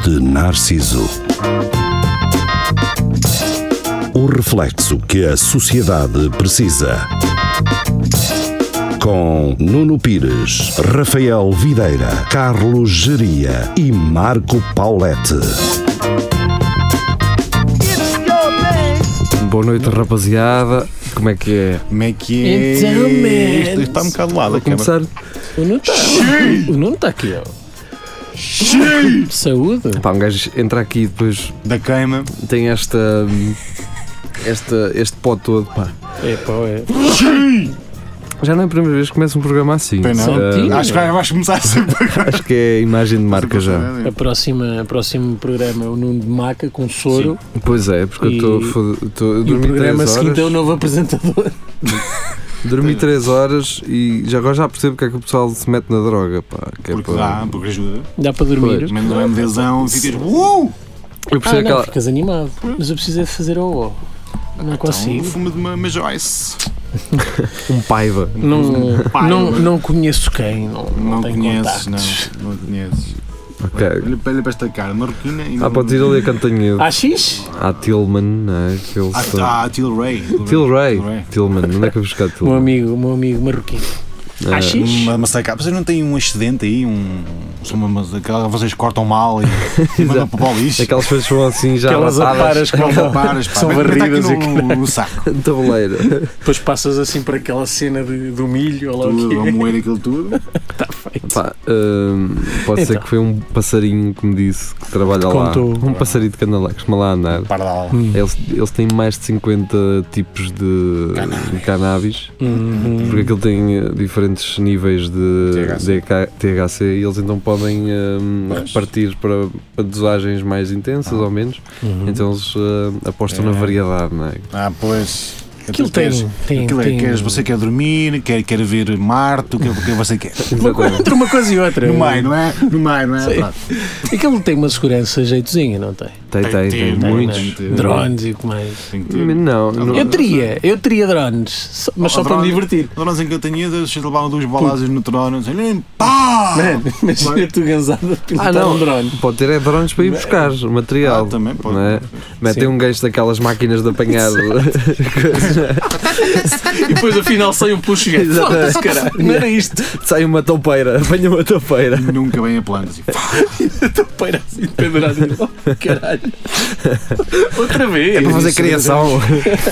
de Narciso. O reflexo que a sociedade precisa. Com Nuno Pires, Rafael Videira, Carlos Geria e Marco Paulette. Boa noite, rapaziada. Como é que é? Como é que é? Então, man. Isto está um bocado de lado. Vou começar. O Nuno está aqui, ó. Saúde. Pá, um gajo entra aqui e depois Da queima. tem este pó todo, pá. É, pá, é. Já não é a primeira vez que começa um programa assim. Bem, não. Sim. Acho que vais começar sempre. Acho que é a imagem de marca já. O próximo programa é o Nuno de Maca com soro. Pois é, porque eu E o dormi 3 programa horas. seguinte é o novo apresentador. Dormi 3 horas e agora já percebo que é que o pessoal se mete na droga, pá. Que é Porque para... dá, porque ajuda. Dá para dormir. Pois. Menos uma MDzão e ficas. Eu percebo Não, aquela... ficas animado. Mas eu preciso é de fazer o Não consigo. Fuma de uma Joyce. um paiva. Não conheço quem. Não tenho conheces, contactos. não conheces. Ok. Olha para esta cara, marroquina e Pode ir ali a Cantanhedo. AX? Há Tillman, não é? Tilray. Tillman, onde é que eu vou buscar O Tillman? meu amigo marroquino. Ah, AX? Mas vocês não têm um excedente aí? Vocês cortam mal e mandam para o lixo? Aquelas coisas que vão assim já Aquelas aparas que São são varridas e no saco. tabuleira. Depois passas assim para aquela cena do milho, olha lá o Tudo, que a é. moer aquilo tudo. Está feito. Pá, pode ser Então. que foi um passarinho que me disse que trabalha lá. Contou. Um passarinho de Canalé que costuma lá andar. Pardal. Eles têm mais de 50 tipos de cannabis, porque aquilo tem diferentes níveis de THC e eles então podem repartir para dosagens mais intensas ou menos. Então eles apostam na variedade, não é? Pois. Aquilo tem. Você quer dormir, quer ver Marte, o que você quer? Exatamente. Entre uma coisa e outra. No meio, não é? Sim. Pronto. Aquilo tem uma segurança jeitozinha, não tem? Tem muitos. Drones e o que mais. Tem que ter. Não. Eu teria drones, mas só para me divertir. Nós em Cantanhedo, se levavam 2 balazes no trono, assim, pá! Mano, imagina tu ganzada a pilotar não. um drone. Pode ter drones para ir buscar material. Também pode. Não é? Metem um gancho daquelas máquinas de apanhar. E depois afinal sai um puxo e Exatamente. foda-se, caralho. Não era isto. Sai uma toupeira, apanha uma toupeira. Nunca vem a plano, assim, Estou peira assim pendurado. Oh, caralho. Outra vez. É para fazer criação.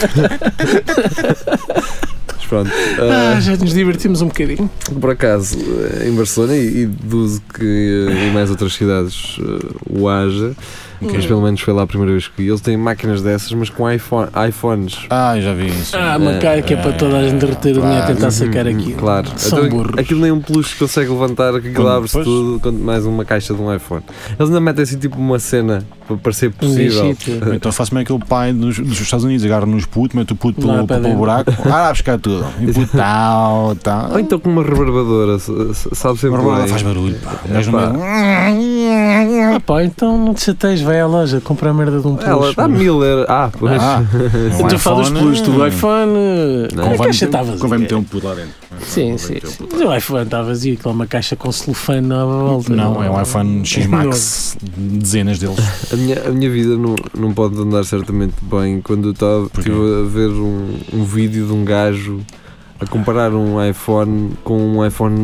Mas pronto. Já nos divertimos um bocadinho. Por acaso, em Barcelona e deduzo que em mais outras cidades o haja, mas pelo menos foi lá a primeira vez que eles têm máquinas dessas, mas com iPhones. já vi isso. Uma cara que é para toda a gente derreter o dinheiro a tentar sacar aquilo. Claro, São então, burros. aquilo nem um peluche consegue levantar, que aquilo abre-se Pois. tudo, quanto mais uma caixa de um iPhone. Eles ainda metem assim tipo uma cena para parecer Um possível. ganchito. Então faço como aquele pai dos Estados Unidos, agarra nos putos, mete o puto Lá pelo para dentro. buraco, vai buscar tudo. E o puto tal. Ou então com uma reverbadora, sabe sempre Agora bem. faz barulho, pá. O gajo Epá. no meio. Ah pá, então não te chateias, vai à loja, compra a merda de um peluche. Ela dá 1000 euros. Pois. Eu te falo dos peluches do iPhone. Não. A caixa está vazia. Convém meter um puto lá dentro. Sim. Mas o iPhone está vazio, aquilo é uma caixa com celofane à volta. Não, é um iPhone X Max, dezenas deles. A minha vida não pode andar certamente bem quando eu estive a ver um vídeo de um gajo a comparar um iPhone com um iPhone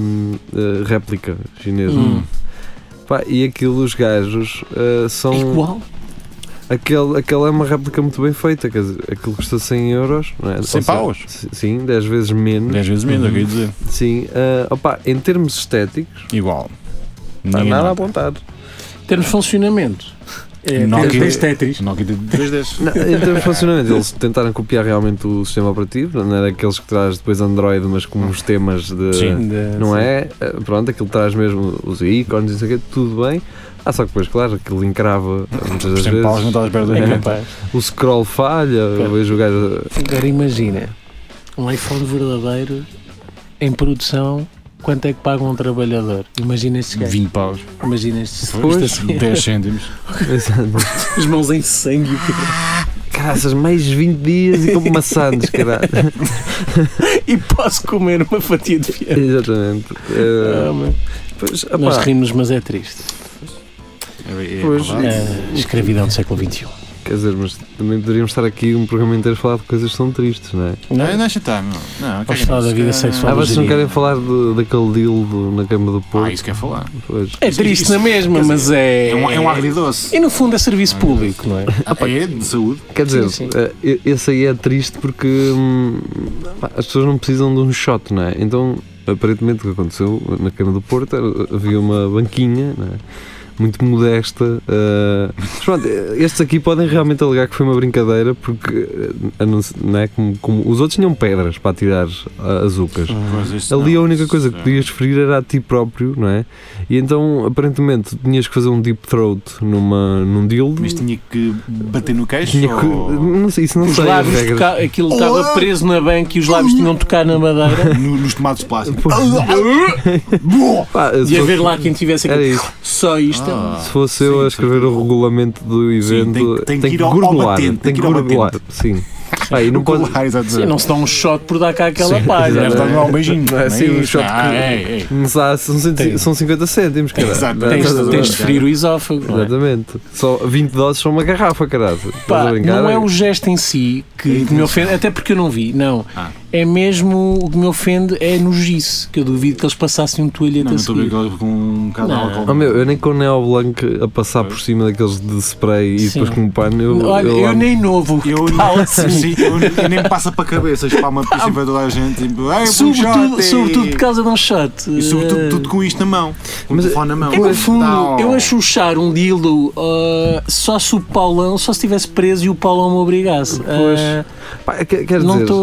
réplica chinês. Pá, e aquilo, os gajos são... Igual? Aquela é uma réplica muito bem feita, quer dizer, aquilo custa 100 euros, não é? 100 paus? Sim, 10 vezes menos. 10 vezes menos, é o que eu ia dizer. Sim, em termos estéticos, Igual. está Ninguém nada a nota. apontar. Temos funcionamento. Nokia- Tens Tetris. Nokia tem 3 desses. Não, em termos de funcionamento, eles tentaram copiar realmente o sistema operativo, não era aqueles que traz depois Android, mas com uns temas de... Sim. Não é? Pronto, aquilo traz mesmo os ícones, não sei o quê, tudo bem. Só que depois, claro, aquilo encrava muitas das 100 paus não vezes. estás perto do É ecrã. capaz. O scroll falha, eu vejo o gajo... Agora imagina, um iPhone verdadeiro em produção, quanto é que paga um trabalhador? Imagina estes gajos. 20 paus. Imagina estes Pois. 10 cêntimos. as mãos em sangue. Caraças, mais 20 dias e como maçãs, caralho. E posso comer uma fatia de fiambre. Exatamente. Mas Pois, nós opá, rimos, mas é triste. Pois. Escravidão do século XXI. Quer dizer, mas também poderíamos estar aqui um programa inteiro a falar de coisas que são tristes, não é? Não, deixa estar, meu. Não, Vamos falar da vida sexual. Vocês não querem falar daquele dildo na cama do Porto? Isso quer falar. Pois. É triste na mesma, mas É um agridoce. E no fundo é serviço público, não é? É de saúde. Quer dizer, Sim. esse aí é triste porque as pessoas não precisam de um shot, não é? Então, aparentemente, o que aconteceu na cama do Porto havia uma banquinha, não é? Muito modesta. Mas pronto, estes aqui podem realmente alegar que foi uma brincadeira porque não é, como os outros tinham pedras para tirar azucas. Ali a única coisa que podias ferir era a ti próprio, não é? E então aparentemente tinhas que fazer um deep throat num dildo. Mas tinha que bater no queixo? Tinha que, não sei, isso não Os sei. lábios aquilo estava preso na banca e os lábios tinham de tocar na madeira. Nos tomates de plástico. Pá, E haver lá quem tivesse era aquilo. isso. Só isto. Se fosse eu a escrever o regulamento do evento, tem que ir que ao gurgular. batente, Tem que ir ao gurgular. Sim. Pá, e não pode. Sim, não se dá um shot por dar cá aquela palha. Deve dar um beijinho. Não é assim, um shot que. começar são 50 cêntimos, cara. Exato. Tens de ferir o esófago. Não é? Exatamente. Só 20 doses são uma garrafa, caralho. Pá, não é o gesto em si que me ofende, até porque eu não vi, não. É mesmo o que me ofende é no giz, que eu duvido que eles passassem um toalhete Não a estou a ver seguir. com um bocado de álcool. Oh, meu, eu nem com Neo Blanc a passar por cima daqueles de spray e depois com um pano. Olha, eu nem novo. Eu nem me passa para a cabeça, espalma por cima de toda a gente. Tipo, Sobretudo por causa de um shot. E sobretudo tudo com isto na mão. Com o telefone na mão. No fundo, eu a chuchar um dildo só se o Paulão, só se estivesse preso e o Paulão me obrigasse. Pá, quer dizer,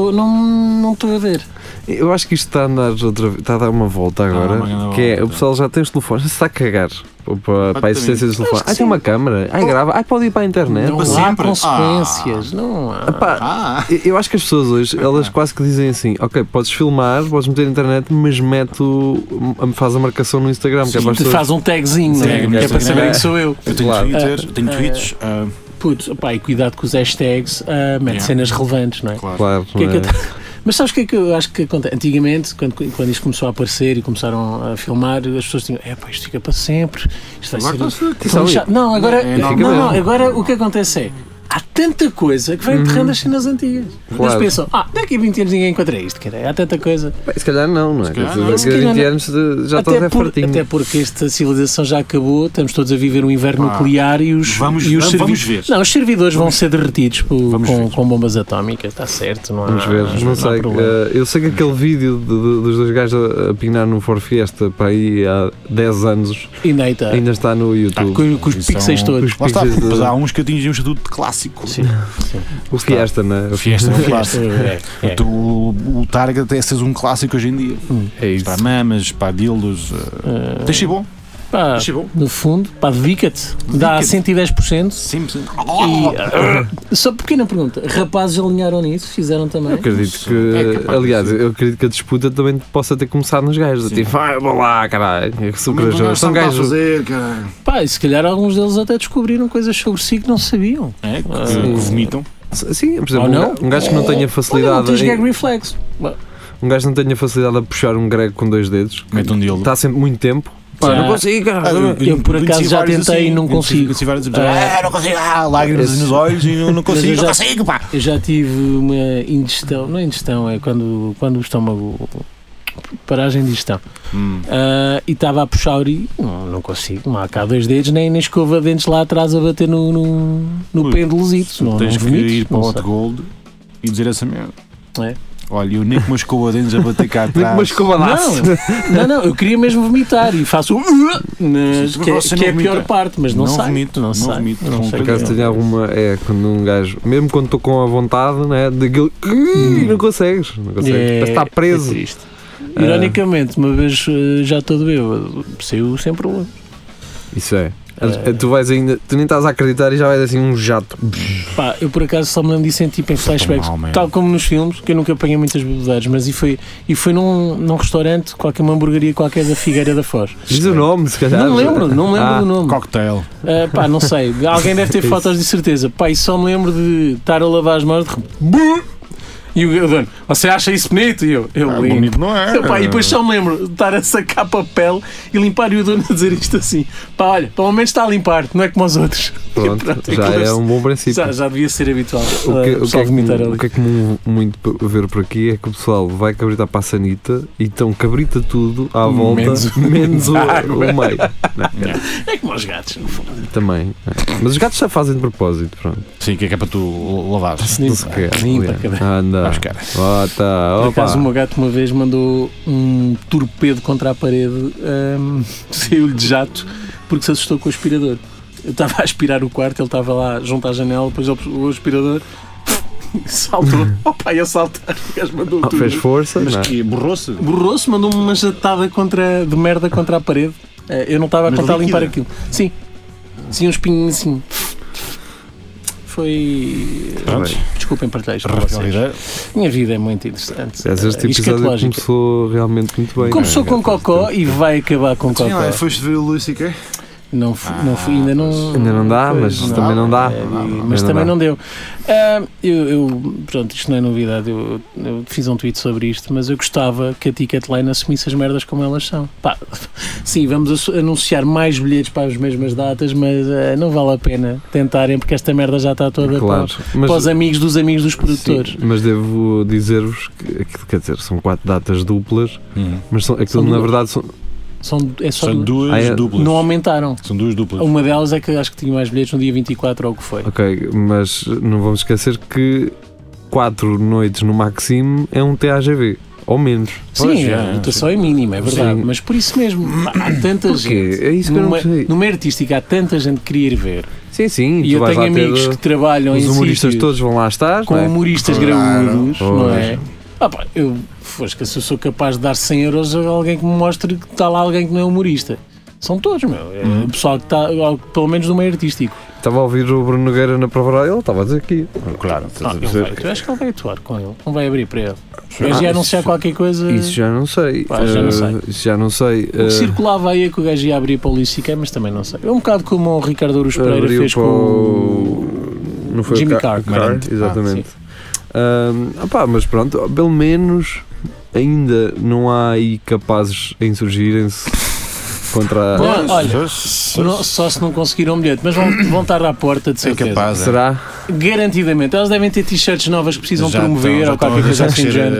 não estou a ver. eu acho que isto está a andar está a dar uma volta agora. uma Que é, volta. o pessoal já tem os telefones, já se está a cagar para a existência dos telefones. que Tem uma câmara, grava, pode ir para a internet. Não para há sempre. consequências. Não há. Pá, eu acho que as pessoas hoje, elas quase que dizem assim, ok, podes filmar, podes meter na internet, mas faz a marcação no Instagram, que é para as pessoas. Faz um tagzinho, não é? Sim, Que é para Instagram. saberem que sou eu. Eu tenho Claro. Twitter, tenho tweets. Putz, opá, e cuidado com os hashtags, mete cenas relevantes, não é? Claro, Que é que não é? Mas sabes o que é que eu acho que acontece? Antigamente, quando isto começou a aparecer e começaram a filmar, as pessoas tinham, pá, isto fica para sempre, isto vai Agora ser... está-se chato." Não, agora, É não, normal. agora o que acontece é, há tanta coisa que vai enterrando as cenas antigas. Claro. Eles pensam, daqui a 20 anos ninguém encontra isto, cara. Há tanta coisa. Bem, se calhar não é? calhar Daqui não. a Se calhar 20 não. anos já estás fartinho. Até porque esta civilização já acabou, estamos todos a viver um inverno nuclear e os Vamos ver. Não, os servidores vão ser derretidos Vamos ver. com bombas atómicas, está certo, não há, Vamos ver, não há sei. problema. Eu sei que aquele vídeo dos dois gajos a pinar no For Fiesta para aí há 10 anos ainda está no YouTube. Com os pixels todos. Lá está, pixels mas há uns que atingem um estatuto de clássico. Sim. O Fiesta, não é? O Fiesta é um clássico. É. O target é ser um clássico hoje em dia. É isso. Para mamas, para dildos. Deixa bom. Pá, Achei bom. no fundo, pá, dedica-te. Dá 110%. Simples. E, só pequena pergunta, rapazes alinharam nisso? Fizeram também? Eu acredito É que, capaz aliás, de ser. eu acredito que a disputa também possa ter começado nos gajos. Sim. Tipo, vai, vou lá, caralho, que sou Como é que corajoso. nós São estamos a gajos. fazer, caralho? Pá, e se calhar alguns deles até descobriram coisas sobre si que não sabiam. É, que Sim. vomitam. Sim, por exemplo, Ou não? um gajo que não tenha Olha, facilidade. não tens gag reflex. Um gajo que não tenha facilidade a puxar um grego com 2 dedos. Mete um dildo. Está sempre muito tempo. Pá, Já. não consigo, caralho. Eu, por acaso, já tentei e não consigo. Não consigo. Lágrimas nos olhos e não consigo. eu já- Não consigo, pá. Eu já tive uma indigestão, não é indigestão, é quando o estômago. Paragem de digestão. E estava a puxar e não consigo. Não há cá 2 dedos, nem escova de dentes lá atrás a bater no Ui, pêndulozito. Não Tens que vomites, ir para não o Hot sei. Gold e dizer essa merda. É. Olha, eu nem com uma escova de dentes a bater cá Nem com uma atrás. escova de aço. Não, eu queria mesmo vomitar e faço Mas que você é a não pior vomita. parte, mas não, Não sai. vomito, não não sai. vomito. Não Com sei Por Por acaso porquê. tenho alguma. É quando um gajo, mesmo quando estou com a vontade, né, daquele. Não consegues. Não consegues. Parece que está preso. É triste. Ironicamente, uma vez já todo eu saiu sem problema. Isso é. Tu vais ainda. Tu nem estás a acreditar e já vais assim um jato. Pá, eu por acaso só me lembro disso em tipo em flashbacks, mal, man. tal como nos filmes, que eu nunca apanhei muitas bebedeiras, mas e foi num restaurante, uma hamburgueria qualquer da Figueira da Foz. Diz o nome, se calhar. Não me lembro do nome. Cocktail. Pá, não sei, alguém deve ter fotos de certeza. Pá, e só me lembro de estar a lavar as mãos de E o dono, você acha isso bonito? E eu limpo. Bonito não é. Epá, e depois só me lembro de estar a sacar papel e limpar e o dono a dizer isto assim. Pá, olha, pelo menos está a limpar, não é como os outros. Pronto, já é um bom princípio. Já devia ser habitual. O que é comum muito ver por aqui é que o pessoal vai cabritar para a sanita e então cabrita tudo à volta, menos o meio. É como os gatos, no fundo. Também. Mas os gatos já fazem de propósito, pronto. Sim, que é para tu lavar. Não se quer. Anda. Por acaso o meu gato uma vez mandou um torpedo contra a parede, saiu-lhe de jato porque se assustou com o aspirador. Eu estava a aspirar o quarto, ele estava lá junto à janela, depois o aspirador saltou. Opa, ia saltar, o gajo mandou tudo. Fez força. Mas que borrou-se? Borrou-se, mandou-me uma jatada de merda contra a parede. Eu não estava a contar limpar aquilo. Sim, uns pinhos assim. Foi. Desculpem partilhar isto com vocês. Minha vida é muito interessante. Este episódio começou realmente muito bem. Começou com cocó e vai acabar com cocó. Foste ver o Luís C.K.? Não fui, ainda não dá, mas também não dá. Mas também não deu. Pronto, isto não é novidade. Eu fiz um tweet sobre isto, mas eu gostava que a Ticketline assumisse as merdas como elas são. Pá, sim, vamos anunciar mais bilhetes para as mesmas datas, mas não vale a pena tentarem, porque esta merda já está toda para os amigos dos produtores. Sim, mas devo dizer-vos que, quer dizer, são 4 datas duplas, mas aquilo na verdade são duas duplas. Não aumentaram. São 2 duplas. Uma delas é que acho que tinha mais bilhetes no dia 24 ou o que foi. Ok, mas não vamos esquecer que 4 noites no Maxime é um TAGV, ou menos. Sim, a votação é mínima, é verdade. Mas por isso mesmo, há tanta gente. É isso que eu não sei. No meio artístico há tanta gente que queria ir ver. Sim. E eu tenho amigos que trabalham os humoristas todos vão lá estar. Com humoristas graúdos, não é? Se eu sou capaz de dar 100 euros a alguém que me mostre que está lá alguém que não é humorista. São todos, o pessoal que está, pelo menos no meio artístico. Estava a ouvir o Bruno Nogueira na prova, ele estava a dizer aqui. Claro. Eu acho que ele vai atuar com ele, não vai abrir para ele. Eu já anunciar qualquer coisa. Isso já não sei. Isso já não sei. O que circulava aí é que o gajo ia abrir para o Luís C.K., mas também não sei. É um bocado como o Ricardo Aruz Pereira fez com o Jimmy Carr. Exatamente. Mas pronto, pelo menos ainda não há aí capazes em insurgirem-se contra olha, só se não conseguiram um bilhete, mas vão estar à porta de certeza. É capaz, será? Garantidamente. Elas devem ter t-shirts novas que precisam promover ou qualquer coisa assim do género.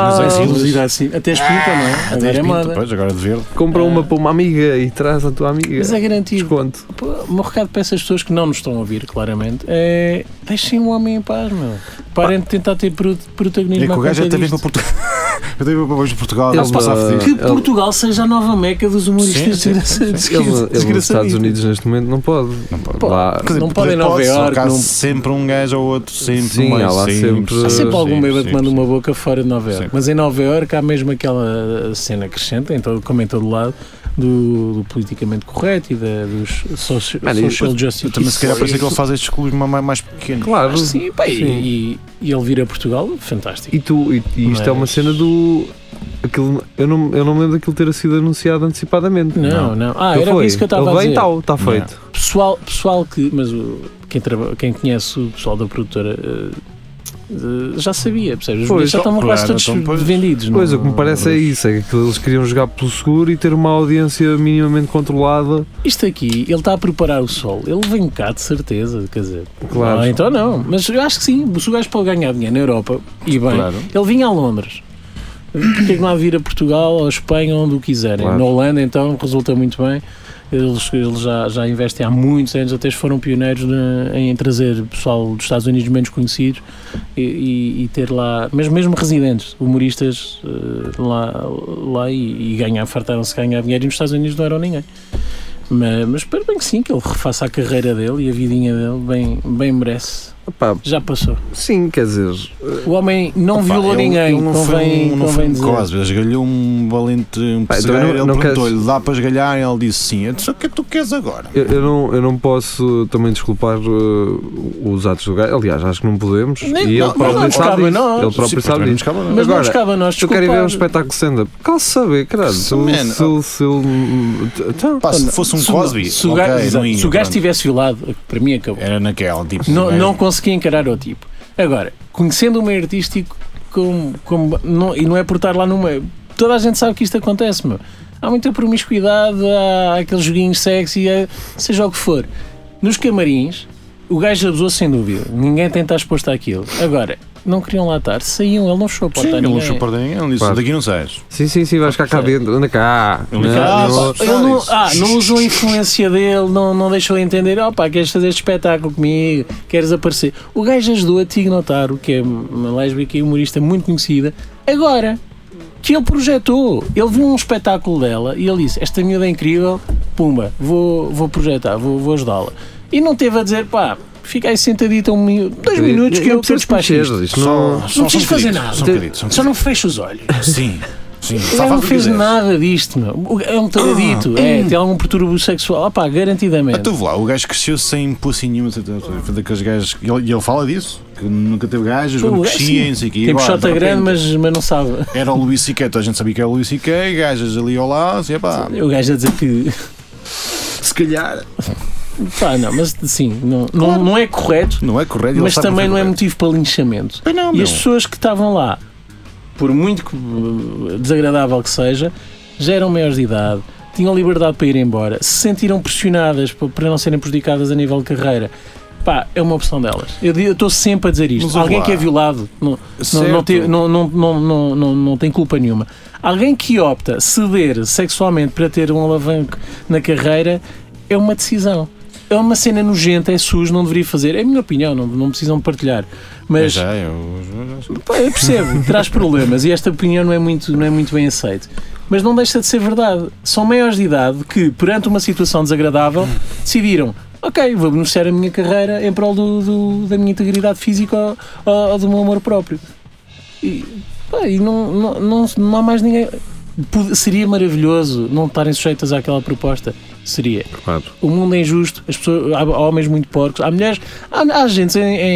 Até espinta, não é? Agora é moda. Agora de verde. Compra uma para uma amiga e traz a tua amiga. Mas é garantido. Desconto. O meu recado para essas pessoas que não nos estão a ouvir, claramente, é deixem o homem em paz, meu. Parem de tentar ter protagonismo. É que o gajo até vem para Portugal. Eu tenho para Portugal. Que Portugal seja a nova meca dos humoristas. Ele nos Estados Unidos neste momento não pode. Não pode em Nova Iorque. Sempre um gajo ou outro, sempre. Há sempre algum bêbado que manda uma boca fora de Nova Iorque. Mas em Nova Iorque há mesmo aquela cena crescente, como em todo lado, do politicamente correto e dos social justice. Também se calhar parece que ele faz estes clubes mais pequenos. Claro. Sim, e ele vir a Portugal, fantástico. E isto é uma cena do... eu não me lembro daquilo ter sido anunciado antecipadamente. Não. Era isso que eu estava a dizer. Ele está feito. Pessoal que... Mas quem conhece o pessoal da produtora... já sabia, percebes? Os bilhetes já estão quase todos vendidos. Pois, o que me parece é isso, é que eles queriam jogar pelo seguro e ter uma audiência minimamente controlada. Isto aqui, ele está a preparar o sol, ele vem cá de certeza, quer dizer, claro. Então não, mas eu acho que sim, se o gajo pode ganhar dinheiro na Europa, e bem, ele vinha a Londres, porque não há de vir a Portugal ou a Espanha, onde o quiserem, na Holanda então resulta muito bem. Eles já investem há muitos anos, até foram pioneiros em trazer pessoal dos Estados Unidos menos conhecidos e ter lá, mesmo residentes, humoristas lá e fartaram-se de ganhar dinheiro, e nos Estados Unidos não eram ninguém. Mas espero bem que sim, que ele refaça a carreira dele e a vidinha dele, bem merece. Já passou. Sim, quer dizer... O homem não violou ninguém, ele não foi dizer. Cosby, esgalhou um valente pessegueiro, ele perguntou-lhe, dá para esgalhar? E ele disse sim. Eu disse, o que é que tu queres agora? Eu não posso também desculpar os atos do gajo. Aliás, acho que não podemos. Ele próprio sabe disso. Mas não nos cabe a nós desculpar. Eu quero ver um espetáculo stand-up. Qual saber, caralho? Se fosse um Cosby, se o gajo tivesse violado, para mim acabou. Era naquela, tipo... Não conseguia encarar o tipo. Agora, conhecendo o meio artístico, e não é por estar lá no meio. Toda a gente sabe que isto acontece, meu. Há muita promiscuidade, há aqueles joguinhos sexy, seja o que for. Nos camarins, o gajo abusou sem dúvida. Ninguém tem de estar exposto àquilo. Agora, não queriam lá estar, saíam, ele não fechou a porta a ninguém. Ele não fechou a porta a ninguém, ele disse, daqui não sais. Sim, vais ficar cá dentro, anda cá. Não usou a influência dele, não deixou entender, queres fazer este espetáculo comigo, queres aparecer. O gajo ajudou a Tig Notaro, que é uma lésbica e humorista muito conhecida, agora, que ele projetou. Ele viu um espetáculo dela e ele disse, esta miúda é incrível, pumba, vou projetar, vou ajudá-la. E não teve a dizer, fica aí sentadito 2 minutos que eu despacho isto. Não preciso fazer nada. Só não fecho os olhos. Sim. Ele não fez nada disto, meu. É um taradito. Tem algum perturbo sexual. Garantidamente. Então lá, o gajo cresceu sem pussy nenhuma. Foi daqueles gajos. E ele fala disso. Que nunca teve gajos, não crescia, não sei o quê. Tem puxota grande, mas não sabe. Era o Luís C.K. A gente sabia que era o Luís C.K. Gajas ali ao lado. Assim, o gajo a dizer que. Se calhar. Não, mas sim, não é correto. Não é correto, mas também não é motivo para linchamento. E as pessoas que estavam lá, por muito desagradável que seja, já eram maiores de idade, tinham liberdade para ir embora, se sentiram pressionadas para não serem prejudicadas a nível de carreira. É uma opção delas. Eu estou sempre a dizer isto. Alguém que é violado não tem culpa nenhuma. Alguém que opta ceder sexualmente para ter um alavanco na carreira é uma decisão. É uma cena nojenta, é sujo, não deveria fazer. É a minha opinião, não precisam partilhar. Mas eu percebo, traz problemas e esta opinião não é muito bem aceita. Mas não deixa de ser verdade. São maiores de idade que, perante uma situação desagradável, decidiram: vou beneficiar a minha carreira em prol da minha integridade física ou do meu amor próprio. E não há mais ninguém. Seria maravilhoso não estarem sujeitas àquela proposta. Seria. Claro. O mundo é injusto, as pessoas, há homens muito porcos, há mulheres, há gente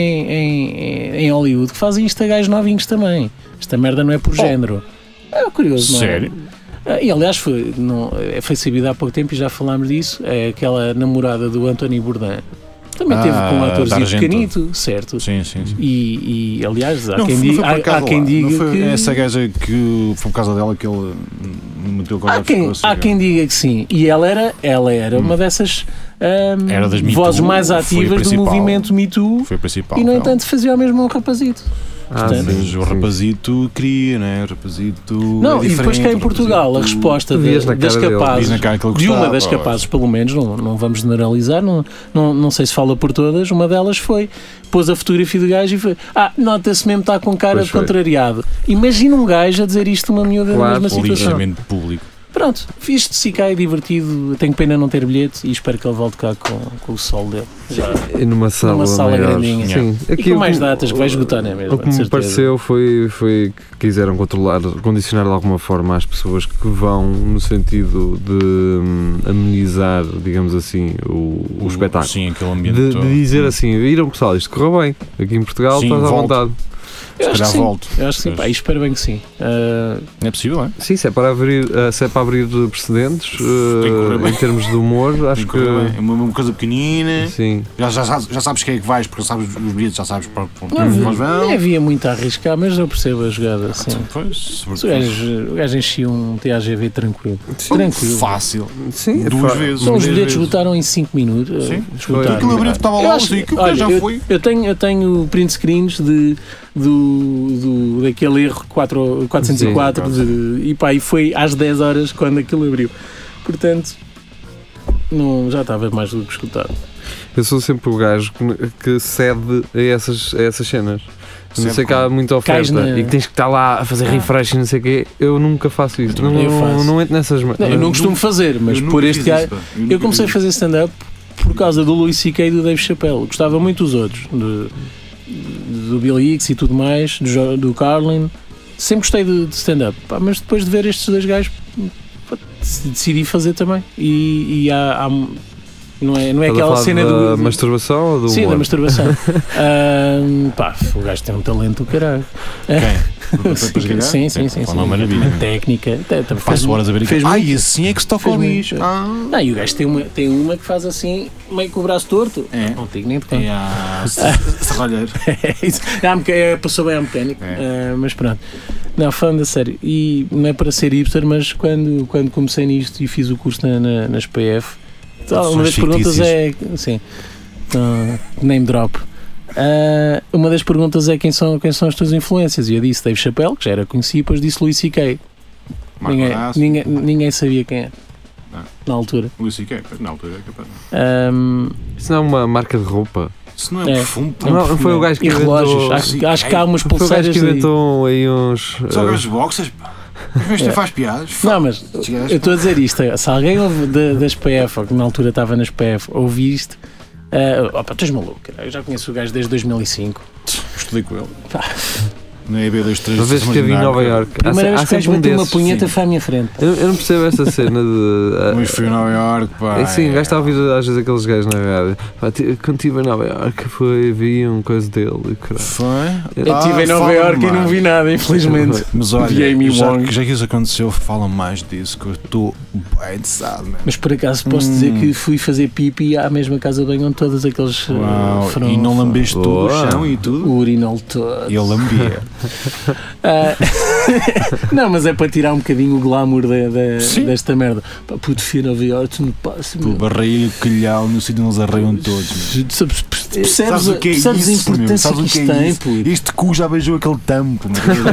em Hollywood que fazem isto a gajos novinhos também. Esta merda não é por género. É curioso, não é? Sério? E aliás foi sabido há pouco tempo e já falámos disso. É aquela namorada do Anthony Bourdain. Também teve com um atorzinho pequenito, certo? Sim. E aliás, há quem diga não foi que... essa gaja que foi por causa dela que ele meteu com há quem diga que sim. E ela era uma dessas vozes mais ativas do movimento Me Too. Foi a principal. E, no entanto, fazia o mesmo ao rapazito. Portanto, mas o rapazito queria, não é? O rapazito. Não, e depois cá em Portugal, a resposta das capazes, de uma das capazes, pelo menos, não vamos generalizar, não sei se fala por todas, uma delas pôs a fotografia do gajo e foi: nota-se mesmo está com cara de contrariado. Imagina um gajo a dizer isto uma miúda na mesma situação. Público. Pronto, fiz de Sica é divertido, tenho pena não ter bilhete e espero que ele volte cá com o sol dele. E numa sala grandinha. Sim. E com mais datas que vai esgotar, não é mesmo? O que me pareceu foi que quiseram condicionar de alguma forma as pessoas que vão no sentido de amenizar, digamos assim, o espetáculo. Sim, aquele ambiente. De dizer assim, viram pessoal, isto correu bem, aqui em Portugal estás à vontade. Eu acho que sim, espero bem que sim. É possível, é? Sim, se é para abrir precedentes em termos de humor, acho que é uma coisa pequenina. Sim. Já sabes quem é que vais, porque sabes os bilhetes, já sabes para onde nós vamos. Não havia muito a arriscar, mas eu percebo a jogada assim. O gajo enchia um TAGV tranquilo. Fácil. Sim, duas vezes. Os bilhetes esgotaram em 5 minutos. Sim, aquilo abriu, estava lá, já foi. Eu tenho print screens daquele erro 404 e foi às 10 horas quando aquilo abriu. Portanto, já estava mais do que escutado. Eu sou sempre o gajo que cede a essas cenas. Não sei que há muita oferta e que tens que estar lá a fazer refresh e não sei o quê. Eu nunca faço isso. Não entro nessas. Eu não costumo fazer, mas por este gajo. Eu comecei a fazer stand-up por causa do Louis C.K. e do Dave Chappelle. Gostava muito dos outros. Do Billy Hicks e tudo mais, do Carlin. Sempre gostei de stand-up, mas depois de ver estes dois gajos decidi fazer também. E Não é aquela cena da masturbação ou do Sim, humor? da masturbação. O gajo tem um talento do caralho. Quem? Sim. Uma maravilha. Uma técnica. Passo horas a ver aquilo. E assim é que se toca o bicho. E o gajo tem uma que faz assim, meio com o braço torto. Não digo nem de conta. Serralheiro. Passou bem à mecânica. Mas pronto. Não, falando a sério. E não é para ser hipster, mas quando comecei nisto e fiz o curso na SPF, uma das perguntas é. Sim. Name drop. Uma das perguntas é quem são as tuas influências. E eu disse Dave Chappelle, que já era conhecido, depois disse Louis C.K. Ninguém sabia quem era. Na altura. Louis C.K. na altura é capaz. Isso não é uma marca de roupa? Isso não é perfume. Não foi o gajo que inventou... relógios. Acho que há umas pulseiras. Foi o gajo que inventou aí uns... Só os boxers, pá. Mas tu faz piadas. Não, mas eu estou a dizer isto. Se alguém ouve da SPF, ou que na altura estava na SPF, ouve isto, tu és maluco. Eu já conheço o gajo desde 2005. Estudei com ele. Na EB23. Uma vez que eu vi em Nova Iorque. Primeira vez que o gajo bateu uma punheta foi à minha frente. Eu não percebo essa cena de... Mas fui em Nova Iorque, pá. Sim, o gajo está a ouvir às vezes aqueles gajos na rádio. Quando estive em Nova Iorque vi uma coisa dele. Foi? Eu estive em Nova Iorque e não vi nada, infelizmente. Mas olha, já que isso aconteceu, fala mais disso, que eu estou bem interessado. Mas por acaso posso dizer que fui fazer pipi à mesma casa de banho onde todos aqueles foram. E não lambeste tudo o chão e tudo? O urinol todo. E eu lambia. Não, mas é para tirar um bocadinho o glamour desta merda. Puto, fui a Nova Iorque, não passa. Barreiro, calhau, no sítio onde eles arreiam todos. Percebes a importância que isto tem, puto? Este cu já beijou aquele tampo.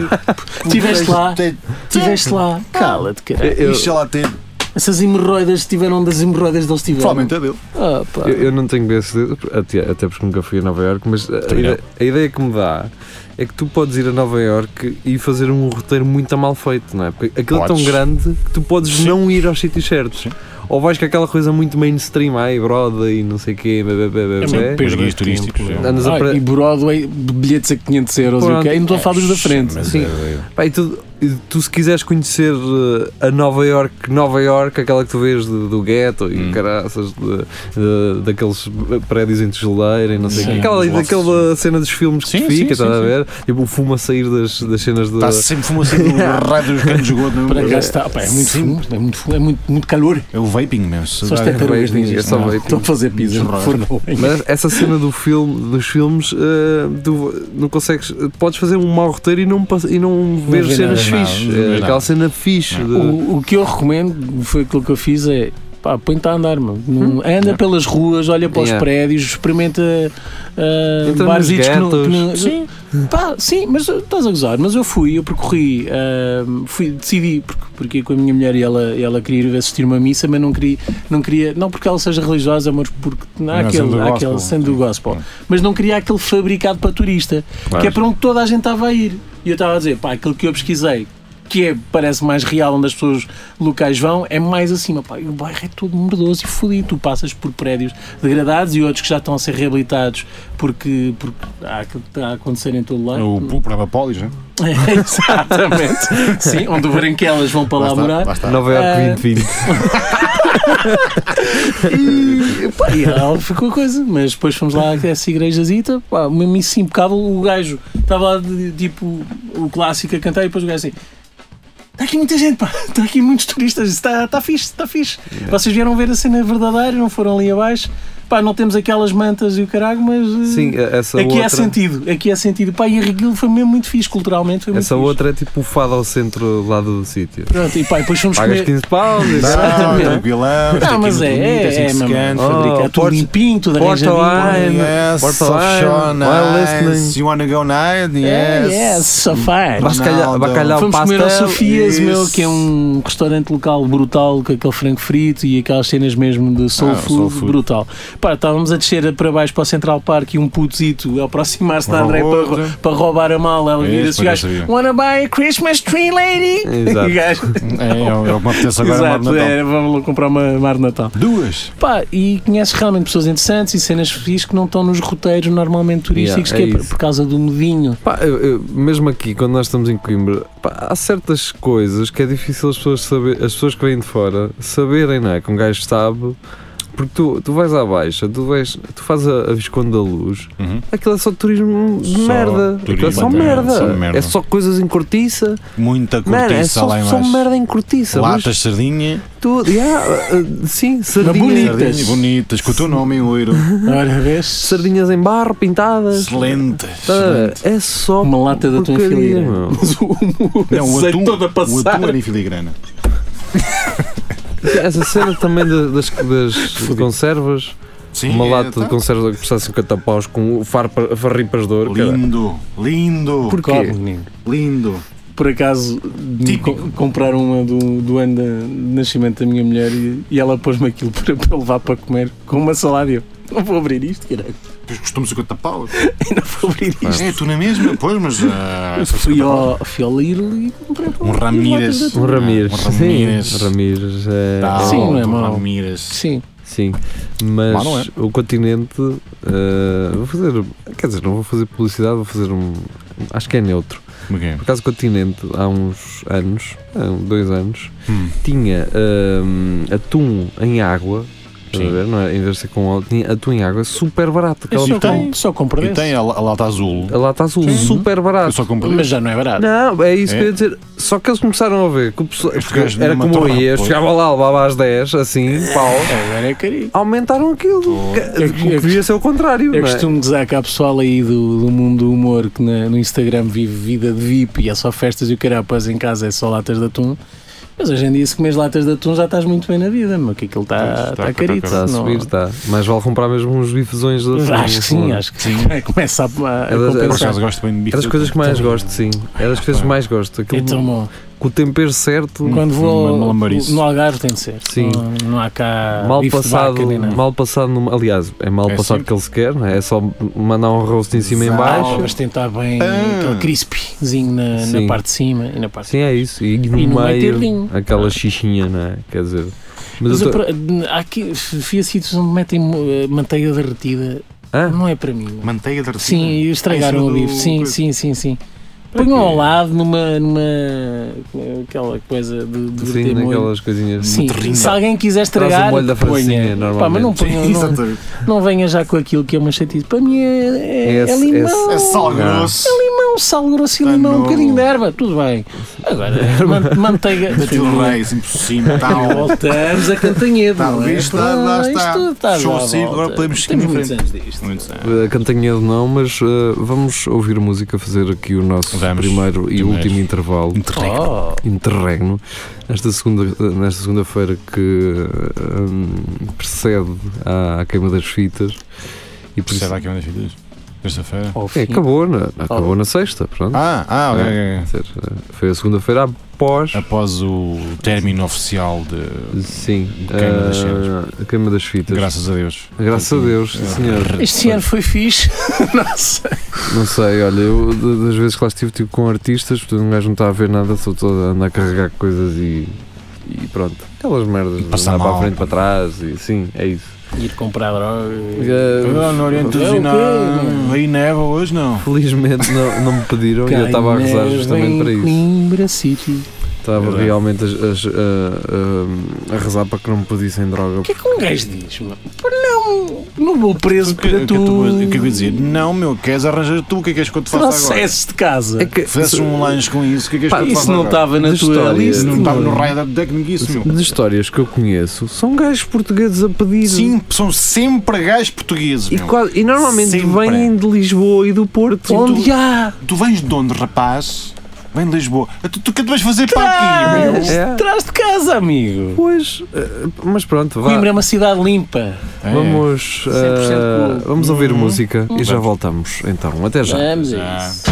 Estiveste lá. Cala-te, caralho. Isto já lá tem. Essas hemorroidas tiveram das hemorroidas deles tiveram. Provavelmente é dele. Eu não tenho bem certeza, até porque nunca fui a Nova Iorque, mas a ideia que me dá é que tu podes ir a Nova Iorque e fazer um roteiro muito mal feito, não é? Porque aquilo é tão grande que tu podes não ir aos sítios certos. Ou vais com aquela coisa muito mainstream, Broadway e não sei o quê, os guias turísticos. E Broadway, bilhetes a 500 euros, e não estou a falar dos da frente. E tu se quiseres conhecer a Nova Iorque, aquela que tu vês do gueto e caraças, daqueles prédios em tijoleira e não sei o quê, aquela cena dos filmes que fica, estás a ver? Tipo o fumo a sair das cenas Está sempre fumo a sair do raio dos canos de esgoto. Para cá está, é muito calor. É o vaping mesmo. Só as tartarugas ninjas. Estão a fazer pizza. Mas essa cena dos filmes, tu não consegues, podes fazer um mau roteiro e não ver cenas fixe, aquela cena fixe. O que eu recomendo foi aquilo que eu fiz põe-te a andar, mano. Anda pelas ruas, olha para os prédios, experimenta barzitos que não. Sim, mas estás a gozar. Mas eu percorri, decidi, porque com a minha mulher e ela queria ir assistir uma missa, mas não queria, não porque ela seja religiosa, mas porque há aquele sendo do gospel, mas não queria aquele fabricado para turista, que é para onde toda a gente estava a ir. E eu estava a dizer, aquilo que eu pesquisei, que parece mais real, onde as pessoas locais vão, é mais acima. O bairro é todo mordoso e fodido. Tu passas por prédios degradados e outros que já estão a ser reabilitados porque há aquilo que está a acontecer em todo lado. O Pravapolis, não é? Exatamente. Sim, onde o Branquelas vão para lá morar. Nova Iorque 2020. E ficou a coisa, mas depois fomos lá a essa igrejazita, mesmo isso impecável. O gajo estava lá tipo o clássico a cantar e depois o gajo assim: está aqui muita gente, está aqui muitos turistas, está fixe. Vocês vieram ver a cena verdadeira, não foram ali abaixo. Não temos aquelas mantas e o caralho, mas sim, essa aqui outra... é sentido. E aquilo foi mesmo muito fixe, culturalmente foi muito essa fixe. Outra é tipo o fado ao centro lá do sítio. Pronto, e depois fomos pagas 15 paus. Tranquilão. Não, mas é fabricar tudo limpinho, tudo arranjadinho. Yes, you wanna go night? Yes, so fine. Fomos comer ao Sofias, que é um restaurante local brutal, com aquele frango frito e aquelas cenas mesmo de soul food, brutal. Estávamos a descer para baixo para o Central Park e um putozito a aproximar-se da André para roubar a mala. Ela vira-se e o gajo: wanna buy a Christmas tree, lady? Exato. É o que me apetece agora. Exato, vamos lá comprar uma mar de Natal. 2. E conheces realmente pessoas interessantes e cenas fixas que não estão nos roteiros normalmente turísticos, que é por causa do medinho. Mesmo aqui, quando nós estamos em Coimbra, há certas coisas que é difícil as pessoas que vêm de fora saberem, não é? Que um gajo sabe. Porque tu vais à Baixa, tu fazes a Visconde da Luz, aquilo é só turismo de merda. Aquilo é só merda. É só coisas em cortiça. Muita cortiça lá embaixo. Só merda em cortiça. Latas, sardinha. Tudo. Sim, sardinhas. Bonitas, com o teu nome em ouro. Olha, vês? Sardinhas em barro, pintadas. Excelentes. É só uma lata de atum em filigrana. O atum era em filigrana. Essa cena também das conservas. Sim, uma lata de conservas que custa 50 paus com farripas de ouro. Lindo. Porquê? Lindo. Por acaso comprar uma do ano de nascimento da minha mulher e ela pôs-me aquilo para levar para comer com uma salada. Eu não vou abrir isto, caralho. Pois custou-me 50 paus. E não vou abrir isto. É, tu na mesma? Pois, mas... fui ao Lidl e comprei um Ramírez. Um Ramírez. Sim, não é mau. Ramírez. Sim, mas o Continente vou fazer, quer dizer, não vou fazer publicidade, vou fazer acho que é neutro. Okay. Por acaso o Continente há uns anos, 2 anos, tinha atum em água. Não é? Em vez de ser com óleo, tinha atum em água super barato. Só compro e tem a lata azul. A lata azul, super barato. Mas já não é barato. Não, é isso que eu ia dizer. Só que eles começaram a ver que o pessoal, era como eu ia, chegava lá, levava às 10, assim, pau. Agora é carinho. Aumentaram aquilo. Devia ser o contrário. Eu costumo dizer que há pessoal aí do mundo do humor que no Instagram vive vida de VIP e é só festas e o carapas em casa é só latas de atum. Mas hoje em dia, se comes latas de atum, já estás muito bem na vida, meu, que aquilo está carito. Está a subir, está. Mas vale comprar mesmo uns bifezões de atum. Acho que sim. Começa a compensar. Gosto bem de bife. É das coisas que mais gosto, sim. É das coisas que mais gosto. É tão bom. Com o tempero certo. Quando vou no Algarve tem de ser. Sim. Não há cá mal passado, aliás, é mal passado que ele se quer, é só mandar um rosto em cima e em baixo. Mas tentar bem aquele crispyzinho na parte de cima e na parte de baixo. Sim, é isso. E no meio aquela xixinha, não é? Quer dizer... Mas aqui fui a sítios onde metem manteiga derretida. Não é para mim. Manteiga derretida? Sim, estragaram o bife. Sim. Põe ao lado numa aquela coisa de sim, naquelas coisinhas. Sim, se alguém quiser estragar, ponha. Mas não venha já com aquilo que é uma chatice. Para mim é limão. É sal grosso. É limão, sal grosso e limão, um bocadinho de erva, tudo bem. Agora, manteiga. Daquilo rei, assim por cima. Voltamos a Cantanhedo. Está. Show assim, agora podemos seguir em frente. A Cantanhedo não, mas vamos ouvir música, fazer aqui o nosso primeiro e último intervalo. Interregno. Nesta segunda-feira que precede à queima das fitas. Precede à queima das fitas? Terça-feira? Acabou na sexta, pronto. Ok. Foi a segunda-feira após o término oficial de queima das fitas. A queima das fitas. Graças a Deus. Graças a Deus, senhor. Este ano foi fixe. Não sei, olha, eu das vezes que lá estive com artistas, portanto um gajo não está a ver nada, só estou a andar a carregar coisas e pronto. Aquelas merdas, passar andar para a frente, para trás, e sim, é isso. Ir comprar droga. No Oriente aí neva hoje não. Felizmente não me pediram e eu estava a rezar justamente para isso. Coimbra City. Estava realmente a rezar para que não me pedissem droga. O que é que um gajo diz, mano? Não vou preso para tu. O que eu ia dizer? Não, meu, queres arranjar tu? O que é que és que eu te faço agora? Processos de casa. Fizesses um lanche com isso, o que é que és que eu te faço agora? Isso não estava na tua lista. Não estava no raio da técnica isso, meu. Das histórias que eu conheço, são gajos portugueses a pedir. Sim, são sempre gajos portugueses, meu. E normalmente vêm de Lisboa e do Porto. Onde há? Tu vens de onde, rapaz? Vem de Lisboa. Tu que vais fazer para aqui, meu? Traz de casa, amigo. Pois, mas pronto, vá. Coimbra é uma cidade limpa. Vamos ouvir música e já voltamos. Então, até já. Vamos a isso.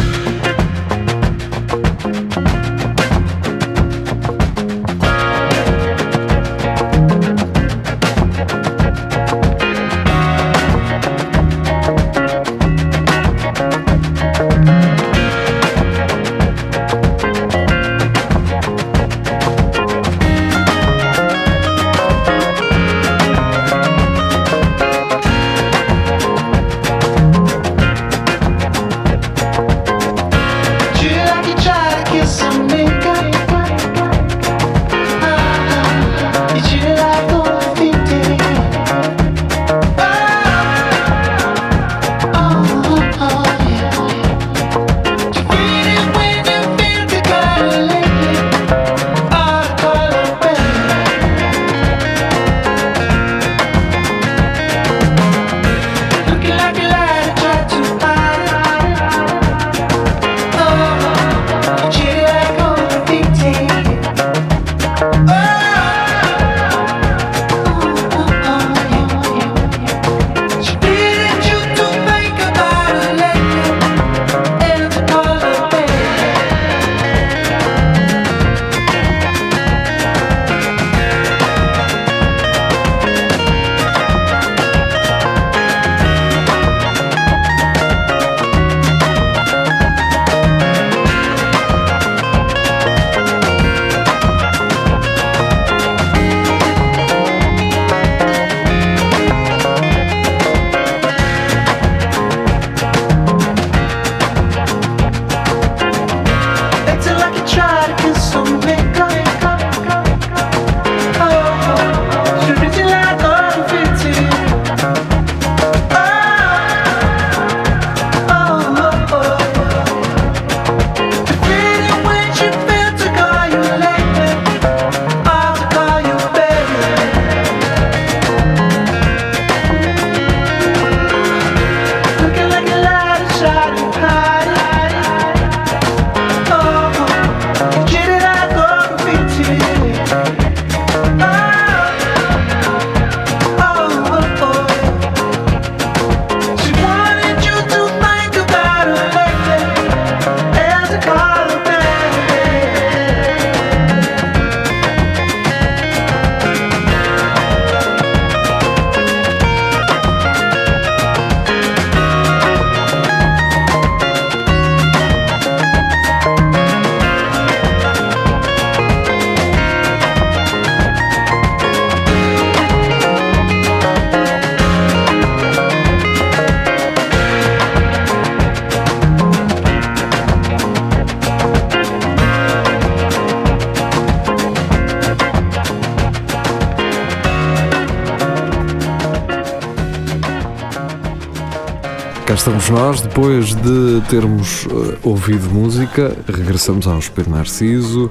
Cá estamos nós, depois de termos ouvido música, regressamos ao Espelho Narciso.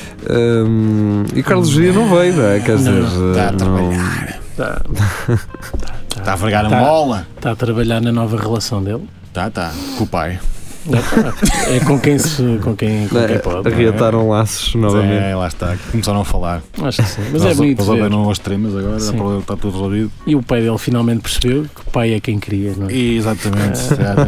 E Carlos Geria não veio, não é? Quer dizer, está a trabalhar. Está a fregar a mola. Está a trabalhar na nova relação dele. Está, com o pai. É com quem pode. Arreataram laços novamente. Lá está, começaram a falar. Acho que sim. Mas é bonito. Eles ouviram aos extremos agora, está tudo resolvido. E o pai dele finalmente percebeu que o pai é quem queria, não é? Exatamente.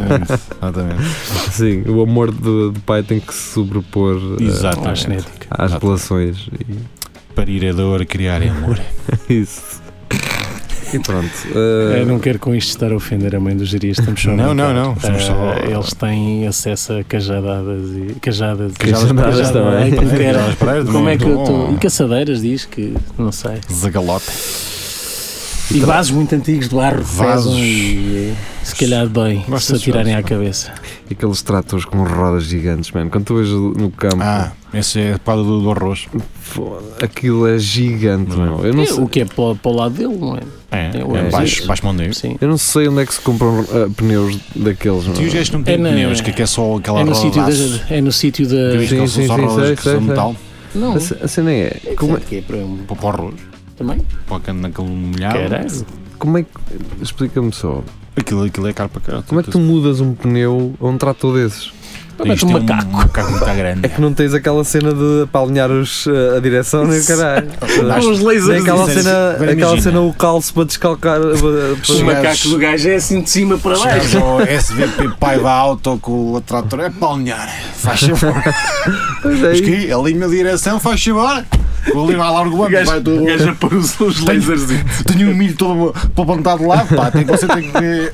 Sim, o amor do pai tem que se sobrepor à genética, às relações. Parir é dor, criar é amor. Isso. E pronto. Não quero com isto estar a ofender a mãe dos Geria, estamos só. Não. Eles têm acesso a cajadadas e cajadas também. Como é que eu estou? E caçadeiras diz que não sei. Zagalote. E vasos muito antigos do ar vasos e se calhar dói se atirarem à cabeça. E aqueles tratores com rodas gigantes, mano. Quando tu vês no campo. Esse é para do arroz. Aquilo é gigante, meu. Eu não sei. O que é para o lado dele, não é? Baixo Mondeiro. Sim. Eu não sei onde é que se compram pneus daqueles. E os gajos não têm pneus, que é só aquela roda. É no sítio da. Sim, são metal. Não. A cena é. Como é que é para o arroz? Também? Para naquele molhado. Como é que. Explica-me só. Aquilo é caro para caralho. Como é que tu mudas um pneu a um trator desses? Isto um macaco muito grande. É que não tens aquela cena de para alinhar a direção, nem o caralho. Os lasers. Aquela cena o calço para descalcar. O macaco do gajo é assim de cima para baixo. O SVP Paiva Auto com o trator é para alinhar. Faz favor. Mas que alinha a direção, faz favor. Vou levar lá o gajo a pôr os lasers. Tenho um milho todo para apontar de lado, pá. Você tem que.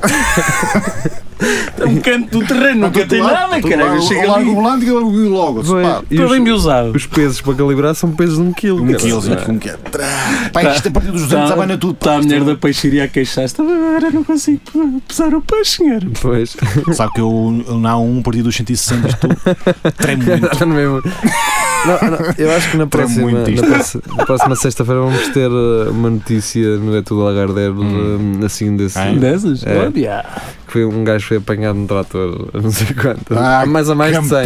Um canto do terreno, nunca tem nada, caralho. Chega lá o volante e logo. Para bem usado. Os pesos para calibrar são pesos de 1 kg. 1 kg. Pá, isto a partir dos 200 já vai na tudo. Está a mulher da peixaria a queixar-se. Agora não consigo pesar o peixe, senhor. Pois. Sabe que eu não a partir dos 160 estou tremo muito. Não, eu acho que na próxima sexta-feira vamos ter uma notícia no É Tudo Lagardère assim dessas? Que foi um gajo que foi apanhado no trator, não sei quanto. Mais a mais de 100.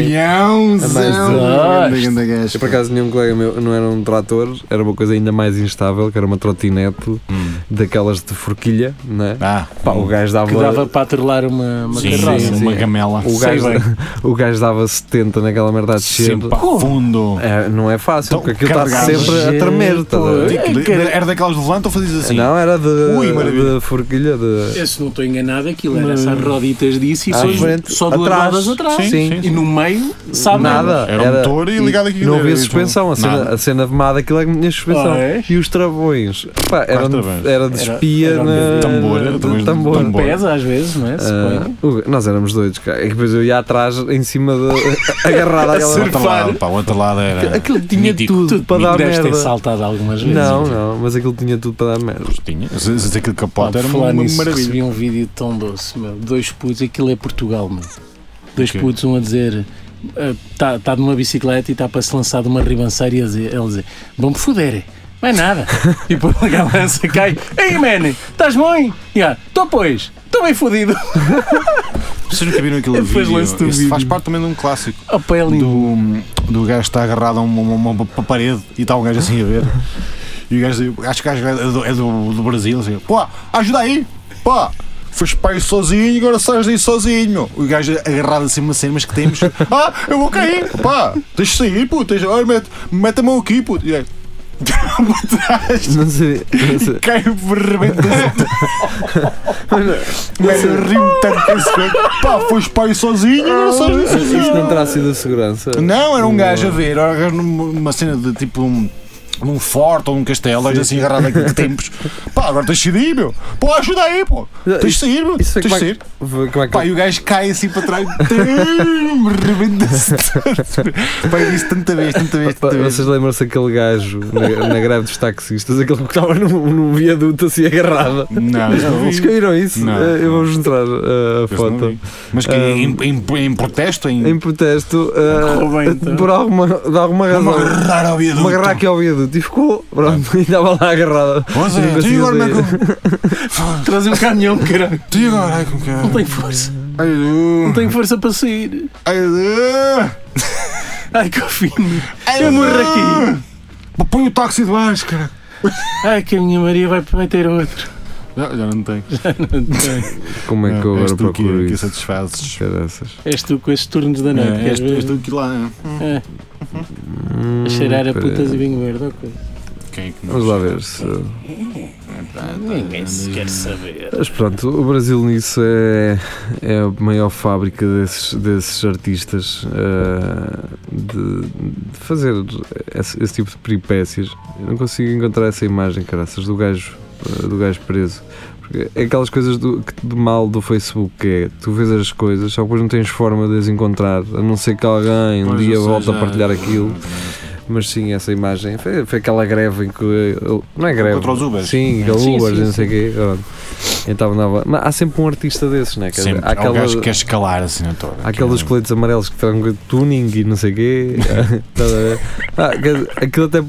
Eu por acaso nenhum colega meu não era um trator, era uma coisa ainda mais instável, que era uma trotinete daquelas de forquilha, não é? O gajo dava. Que dava para atrelar uma carroça. Uma gamela. O gajo dava 70 naquela merda de descer. Sempre a fundo. Não é fácil, então, porque aquilo está sempre a tremer. Era daquelas de volante ou fazias assim? Não, era de forquilha. Se não estou enganado, aquilo era essas roditas disso e só duas rodas atrás. Sim. E no meio, sabe nada. Era um motor e ligado aqui. Não havia suspensão. A cena de mada, aquilo é que tinha suspensão. E os travões. Era de espia na. Tambor. Pesa às vezes, não é? Nós éramos doidos, cara. E depois eu ia atrás, em cima agarrado àquela. Para o outro lado era. Aquilo tinha tudo para dar merda. Deves ter saltado algumas vezes. Não, mas aquilo tinha tudo para dar merda. Tinha. Aquele capote era uma maravilha. Recebi um vídeo tão doce, meu. 2 putos, aquilo é Portugal, meu. 2 putos, um a dizer está numa bicicleta e está para se lançar de uma ribanceira e ele dizer vão-me foder, não é nada. E depois a galança cai, ei man, estás bem? Estou pois, estou bem fodido. Vocês nunca viram aquele vídeo? Isso faz parte também de um clássico. Do gajo que está agarrado a uma parede e está um gajo assim a ver. E o gajo, acho que o gajo é do Brasil, assim, pô, ajuda aí, pô, foste pai sozinho e agora sais daí sozinho, meu. O gajo agarrado assim uma cena, mas que temos, eu vou cair, pá, tens de sair, puto, mete a mão aqui, puto. E aí, não sei. Cai por rebento. Eu rimo tanto com esse coisa. Pá, foste pai sozinho e agora sais daí sozinho. Isto não terá sido a segurança? Não, era um gajo a ver, era uma cena de tipo num forte ou num castelo, assim agarrado aqui que tempos. Pá, agora tens de sair, meu. Pô, ajuda aí, pô. Tens de sair, meu. Tens de sair. Pá, e o gajo cai assim para trás. Rebenta-se. Pá, eu disse tanta vez. Vocês lembram-se aquele gajo na greve dos taxistas, aquele que estava num viaduto assim agarrado? Não. Vocês caíram isso? Não. Eu vou-vos mostrar a foto. Mas que em protesto? Em protesto, de alguma razão. Uma agarrar aqui ao viaduto. puto e ficou, pronto, e estava lá agarrada. Pois é, tu agora não é Trazem um caminhão, caralho. Tu agora, ai, como que é? Não tenho força. Não tenho força para sair. Ai, que fim. Eu morro aqui. Põe o táxi de baixo, cara. Ai, que a minha Maria vai ter outro. Já não tem. Como é que eu agora procuro que isso? satisfazes. És tu com esses turnos da noite. És tu que lá. A cheirar a putas e vinho verde. Okay. Quem é que vamos lá ver se... Ninguém se quer saber. Mas pronto, o Brasil nisso é a maior fábrica desses artistas de fazer esse tipo de peripécias. Eu não consigo encontrar essa imagem, caraças, do gajo preso. Porque é aquelas coisas de mal do Facebook, que é, tu vês as coisas, só que depois não tens forma de as encontrar, a não ser que alguém um dia volte a partilhar aquilo. Mas sim, essa imagem foi aquela greve em que... Não é greve? Contra os Ubers. Sim, Ubers, não sei o quê. Então, mas há sempre um artista desses, não é? Sempre, há aquele gajo que quer escalar assim na torre. Há aqueles coletes amarelos que tragam tuning e não sei o quê. Aquilo até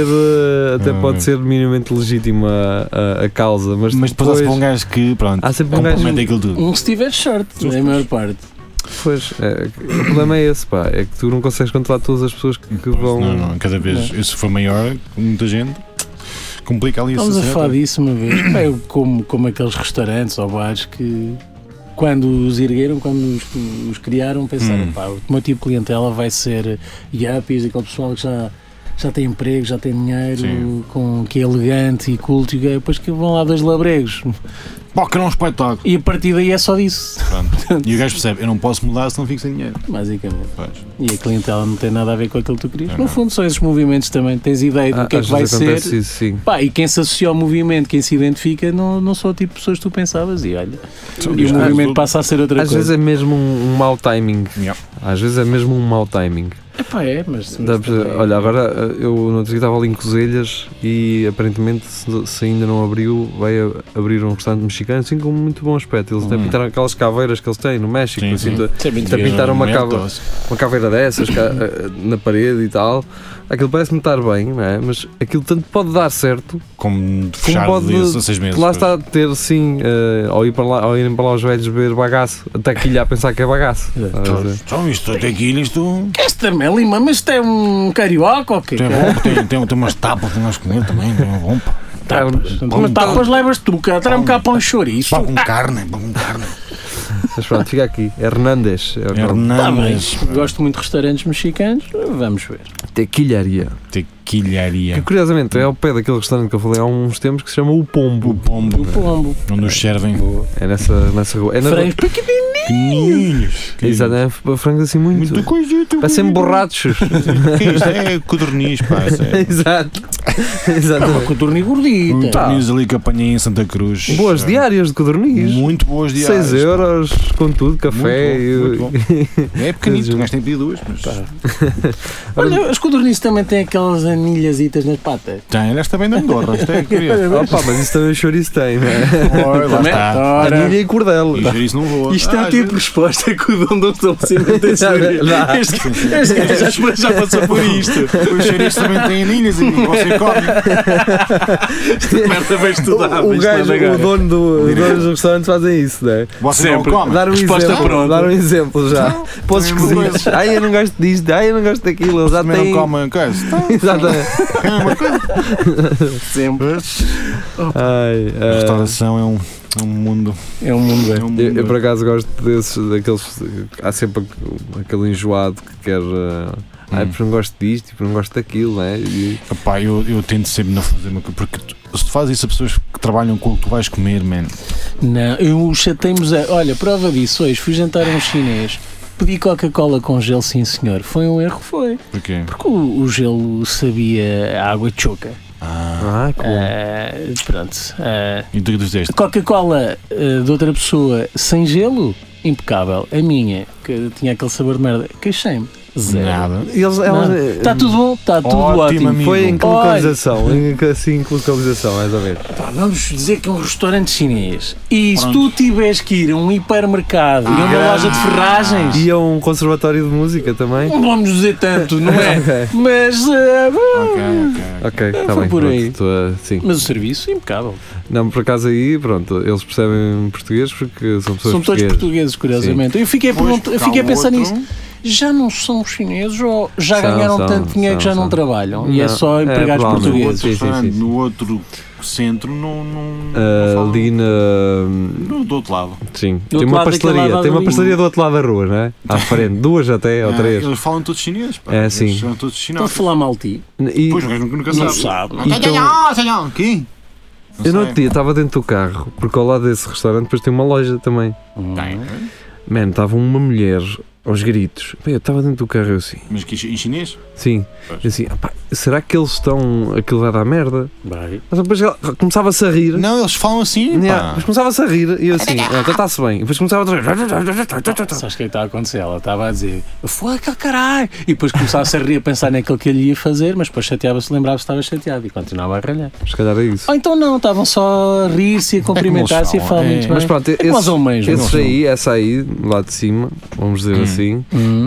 pode ser minimamente legítimo a causa, mas depois há sempre um gajo que, pronto, há sempre um gajo aquilo tudo. Se tiver sorte, a maior parte. Pois, o problema é esse, pá, é que tu não consegues controlar todas as pessoas que vão... Não, cada vez, isso for maior, muita gente, complica ali. Vamos a falar disso uma vez, como aqueles restaurantes ou bares que, quando os ergueram, quando os criaram, pensaram, pá, o meu tipo de clientela vai ser yuppies, aquele pessoal que já tem emprego, já tem dinheiro, que é elegante e culto, e depois que vão lá dois labregos. Pá, que era um espetáculo. E a partir daí é só disso. Pronto. E o gajo percebe, eu não posso mudar se não fico sem dinheiro. Basicamente. Pois. E a clientela não tem nada a ver com aquilo que tu querias. No fundo são esses movimentos também. Tens ideia do que é que vai ser. Isso, sim. Pá, e quem se associa ao movimento, quem se identifica, não são o tipo de pessoas que tu pensavas. E olha, e o movimento passa a ser outra coisa. Às vezes é mesmo um mau timing. Às vezes é mesmo um mau timing. Epá, mas olha, agora eu no outro dia estava ali em Cozelhas e aparentemente, se ainda não abriu, vai abrir um restaurante mexicano assim com muito bom aspecto. Eles até pintaram aquelas caveiras que eles têm no México, assim, até pintaram uma caveira dessas na parede e tal. Aquilo parece-me estar bem, não é? Mas aquilo tanto pode dar certo como fechar pode, a 6 meses. Lá está a ter, sim, ou irem para lá os velhos beber bagaço, até que a pensar que é bagaço. Então isto até aqui, isto... Esta Lima, mas isto é um carioca ou o quê? Tem umas tapas que nós comer também, é bom, pá. Mas tapas levas tu, cara, traz-me cá para um chouriço. Pá com carne. Mas pronto, fica aqui. Hernandes. Tá bem. Gosto muito de restaurantes mexicanos, vamos ver. Tequilharia. Que curiosamente é ao pé daquele restaurante que eu falei há uns tempos que se chama O Pombo. O Pombo. Onde os servem. É nessa rua. É frangos pequenininhos. Exato, é frangos assim muito coisito. Parecem borrachos. Isto é codorniz, pá. Exato. É uma codorniz gordita. Codorniz ali que apanhei em Santa Cruz. Boas diárias de codorniz. Muito boas diárias. 6 euros, com tudo, café. Muito bom. É pequenito, o gajo tem que pedir duas. Olha, as codornizes também têm aquelas anilhasitas nas patas. Tem, esta também da Andorra. Isto é curioso. Mas isso também o chouriço tem, não é? Lá está. Anilha e cordel. E chouriço não voa. Isto é o tipo de resposta que o dono do estabelecimento tem Este já passou por isto. O chouriço também tem anilhas e você come. Esta merda bem estudada. O dono do restaurante fazem isso, não é? Você não come. Dar um exemplo já. Pôs esquisitos. Ai, eu não gosto disto. Ai, eu não gosto daquilo. Eles já têm... não comem coisa. Exatamente. É a mesma coisa. Sempre. A restauração é um mundo. É um mundo. Eu por acaso gosto daqueles. Há sempre aquele enjoado que quer. Porque não gosto disto e porque não gosto daquilo, não é? Epá, eu tento sempre não fazer uma coisa, porque se tu fazes isso a pessoas que trabalham com o que tu vais comer, man. Não, eu chatei-me. Olha, prova disso, hoje fui jantar a um chinês, pedi Coca-Cola com gelo, sim senhor. Foi um erro, foi. Porquê? Porque o gelo sabia a água de choca. Pronto. E tu que disseste? Coca-Cola de outra pessoa sem gelo, impecável. A minha, que tinha aquele sabor de merda, queixei-me. Zero. Nada. Está tudo bom, está tudo ótimo. Amigo. Foi em localização, em localização, mais ou menos. Vamos dizer que é um restaurante chinês. E se tu tiveres que ir a um hipermercado e a uma loja de ferragens. E a um conservatório de música também. Não vamos dizer tanto, não é? Okay. Mas. Ok, está foi bem. por aí. Sim. Mas o serviço é impecável. Não, por acaso aí, pronto, eles percebem português porque são pessoas São todos portugueses, curiosamente. Eu fiquei a pensar nisso. Já não são chineses ou já ganharam tanto dinheiro que já não trabalham? E é só empregados portugueses? Sim. No outro centro, ali do outro lado. Sim, tem uma pastelaria do outro lado da rua, não é? À frente, 2 até, ou 3. Eles falam todos chinês, pá. É, sim. São todos chineses. Estão a falar malti? Pois, o gajo nunca sabe. Quem? Eu no outro dia estava dentro do carro, porque ao lado desse restaurante depois tem uma loja também. Mano, estava uma mulher aos gritos. Eu estava dentro do carro eu assim. Mas que em chinês? Sim. Eu assim, será que eles estão... Aquilo vai dar merda? Vai. Mas depois começava-se a rir. Não, eles falam assim, pá. Mas começava-se a rir e eu assim, então está-se bem. E depois começava outra vez. Sabes o que é que está a acontecer? Ela estava a dizer, foi aquele caralho. E depois começava-se a rir a pensar naquilo que ele ia fazer, mas depois chateava-se, lembrava-se que estava chateado e continuava a ralhar. Se calhar é isso. Ou então não, estavam só a rir-se, a cumprimentar-se e a falar muito bem. Mas pronto, essa aí, lá de cima, vamos dizer assim,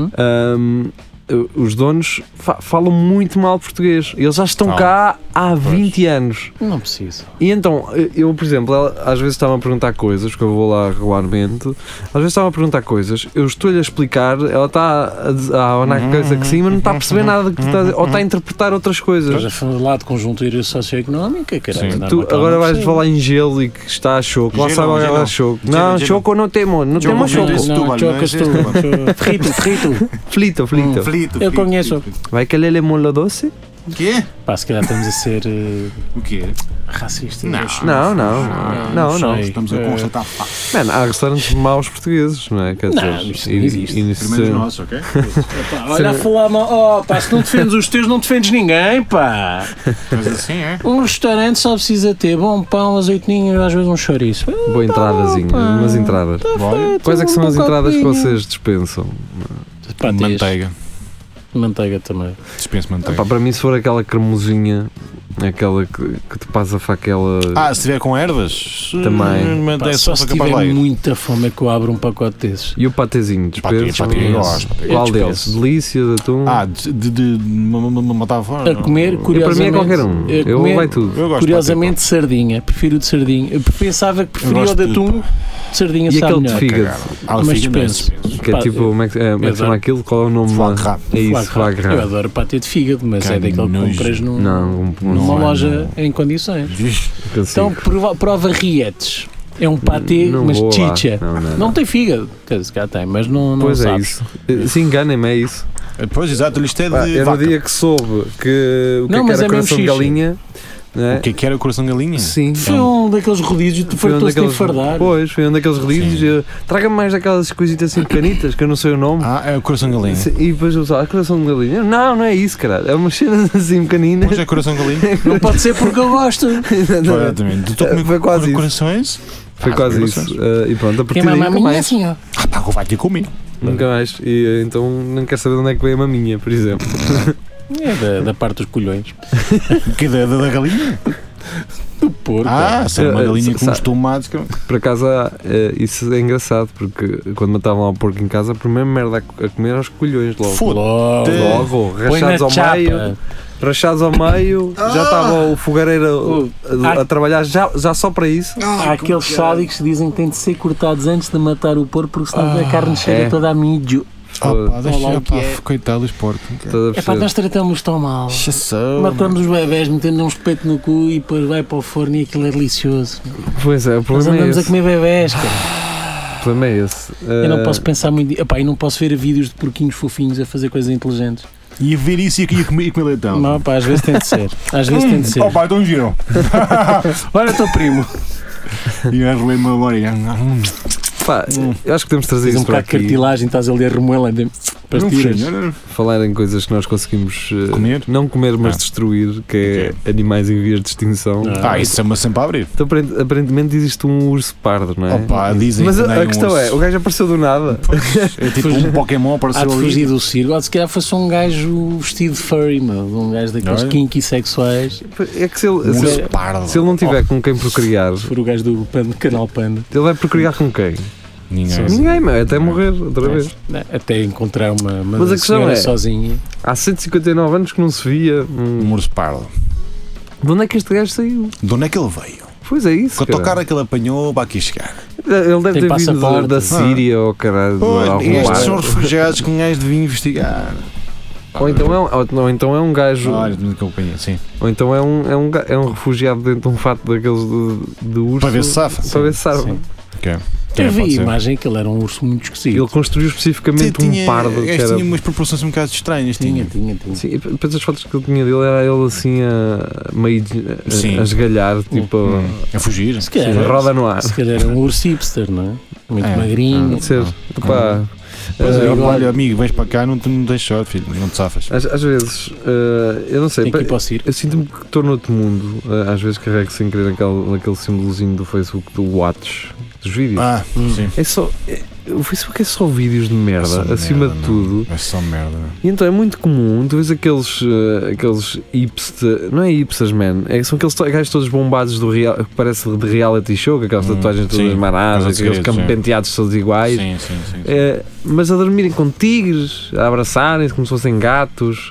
os donos falam muito mal português. Eles já estão cá há 20 anos. Não preciso. E então, eu, por exemplo, às vezes estava a perguntar coisas, porque eu vou lá regularmente, às vezes estava a perguntar coisas, eu estou-lhe a explicar, ela está a olhar a coisa que sim, mas não está a perceber nada do que tu estás a dizer, ou está a interpretar outras coisas. Estás a falar de conjuntura socioeconómica, caralho. Tu agora vais falar em gelo e que está a choco, lá sabe agora a choco. Não, choco não temos, não temos choco. Não, chocas tu. Frito. Eu conheço. Vai que ele é molo doce? O quê? Pá, se calhar estamos a ser... O quê? Racistas. Não. Estamos a constatar factos. Mano, há restaurantes maus portugueses, não é? Isto não existe. Primeiro nós, ok? Olha a falar mal. Pá, se não defendes os teus, não defendes ninguém, pá. Mas assim é. Um restaurante só precisa ter bom pão, azeitinho e às vezes um chouriço. Boa entradazinha, umas entradas. Quais é que são as entradas que vocês dispensam? Manteiga também. Dispenso manteiga. Para mim, se for aquela cremosinha, aquela que te passa aquela... se tiver com ervas, também. Pá, só se tiver muita fome é que eu abro um pacote desses. E o patezinho, dispenso? Qual deles? Delícia, de atum? De matar fora. A comer, curiosamente... Para mim é qualquer um. Eu vai tudo. Curiosamente, sardinha. Prefiro de sardinha. Eu pensava que preferia o de atum. De sardinha e sabe aquele melhor. de fígado? Mas dispenso. Que é tipo, como é que se chama aquilo? Qual é o nome? É isso, foie gras. Eu adoro patê de fígado, mas é daquele que compras numa loja em condições. Então prova rietes. É um patê, mas chicha. Não tem fígado. Quer dizer, cá tem, mas não pois sabes. É isso. Se enganem-me, é isso. Pois, exato, isto é de eu no dia que soube que o que era coração de galinha... É? O que era o coração de galinha? Sim. Foi um daqueles rodízios que fartou-se de enfardar. Pois, foi um daqueles rodízios. Traga-me mais daquelas coisitas assim pequenitas, que eu não sei o nome. É o coração de galinha. E depois eu falo, coração de galinha? Não é isso, caralho. É uma cena assim pequenina. Pois é coração de galinha. Não pode ser porque eu gosto. Exatamente. Foi quase isso. Corações? Foi quase isso. E pronto, a partir daí nunca mais. Assim, ó. Pá, vai ter comigo. Nunca mais. E então não quero saber de onde é que veio a maminha, por exemplo. É da parte dos colhões. Que da galinha? Do porco. Se é uma galinha com os tomates. Por acaso, isso é engraçado, porque quando matavam lá o porco em casa, a primeira merda a comer eram os colhões logo. Rachados ao meio, já estava o fogareiro a trabalhar já só para isso. Há aqueles sádicos que dizem que têm de ser cortados antes de matar o porco, porque senão a carne chega toda a mídio. Coitado dos porcos. Nós tratamos tão mal. Matamos os bebés, metendo um espeto no cu e depois vai para o forno e aquilo é delicioso. Pois é, o problema nós andamos é esse. A comer bebés, cara. O problema é esse. Eu não posso pensar muito. Eu não posso ver vídeos de porquinhos fofinhos a fazer coisas inteligentes. E a ver isso e a comer leitão. Não, às vezes tem de ser. Então giro. Olha, teu primo. E eu arrelei-me agora. Pá, eu acho que temos de trazer isso para aqui. Um bocado de cartilagem, estás ali a remoela pastilhas. Falar em coisas que nós conseguimos comer? Não comer, mas destruir, que é animais em vias de extinção. Isso é uma sempre a abrir. Então, aparentemente existe um urso pardo, não é? Opa, dizem mas que a questão é, o gajo apareceu do nada. É tipo um Pokémon apareceu ali. Fugir do circo, se calhar fosse um gajo vestido de furry, um gajo daqueles kinky sexuais. É que se ele não tiver com quem procriar, se for o gajo do canal Panda, ele vai procriar com quem? Ninguém, mas até morrer outra vez. Até encontrar uma mas a questão é, sozinha. Há 159 anos que não se via um urso pardo. De onde é que este gajo saiu? De onde é que ele veio? Pois é isso. Com a autocarro que ele apanhou para aqui chegar. Ele deve ter vindo da Síria ou caralho. Estes são os refugiados que um gajo devia investigar. Ou então é um gajo. Ou então é um refugiado dentro de um fato daqueles de urso. Para ver se safa. Para ver se safa. Eu vi a imagem que ele era um urso muito esquisito. Ele construiu especificamente um pardo. Tinha umas proporções um bocado estranhas. Tinha. Sim, e depois as fotos que ele tinha dele era ele assim a esgalhar, tipo a fugir. Se calhar, roda no ar. Se calhar era um urso hipster, não é? Muito magrinho. Olha, amigo, vens para cá, não tens sorte, filho, não te safas. Às vezes, eu não sei, eu sinto-me que estou noutro mundo. Às vezes carrego sem querer naquele símbolozinho do Facebook do Watch, dos vídeos. Sim. É só, o Facebook é só vídeos de merda, acima de tudo. É só merda. E então é muito comum, tu vês aqueles hipsters, não é hipsters, man, são aqueles gajos todos bombados que parece de reality show, com aquelas tatuagens todas maradas, aqueles penteados todos iguais. Sim. Mas a dormirem com tigres, a abraçarem-se como se fossem gatos.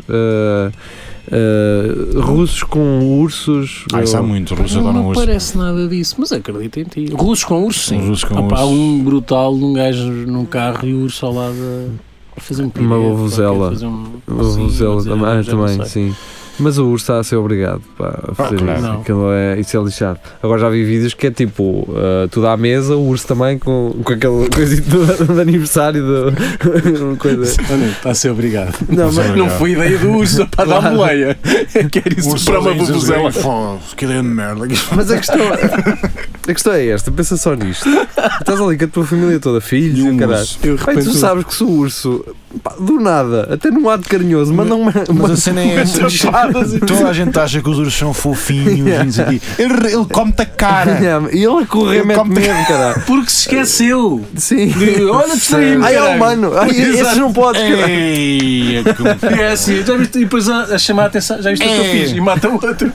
Russos com ursos. Isso há muito, russos adoram ursos. Não parece nada disso, mas acredito em ti. Russos com ursos, sim. Há um brutal de um gajo num carro e o urso ao lado a fazer um piruete. Uma vuvuzela. Uma vuvuzela também, sim. Mas o urso está a ser obrigado a fazer isso. Isso é lixado. Agora já vi vídeos que é tipo tudo à mesa, o urso também com aquele coisito de aniversário de coisa. Está a ser obrigado. Não foi ideia do urso para dar boleia. Quer isso para uma vuvuzela. Que ideia de merda. Mas a questão é esta, pensa só nisto. Estás ali com a tua família toda, filhos e o caralho. Tu sabes que se o urso, do nada, até num ato carinhoso, manda uma. Mas a cena é essa. Toda a gente acha que os ursos são fofinhos. Ele come-te a cara. E ele a correr mete medo, caralho. Porque se esqueceu. Sim. Olha que saímos. Ai, é humano. Esses não podes. É assim. Já viste? E depois a chamar a atenção. Já viste o que eu fiz? E mata o outro.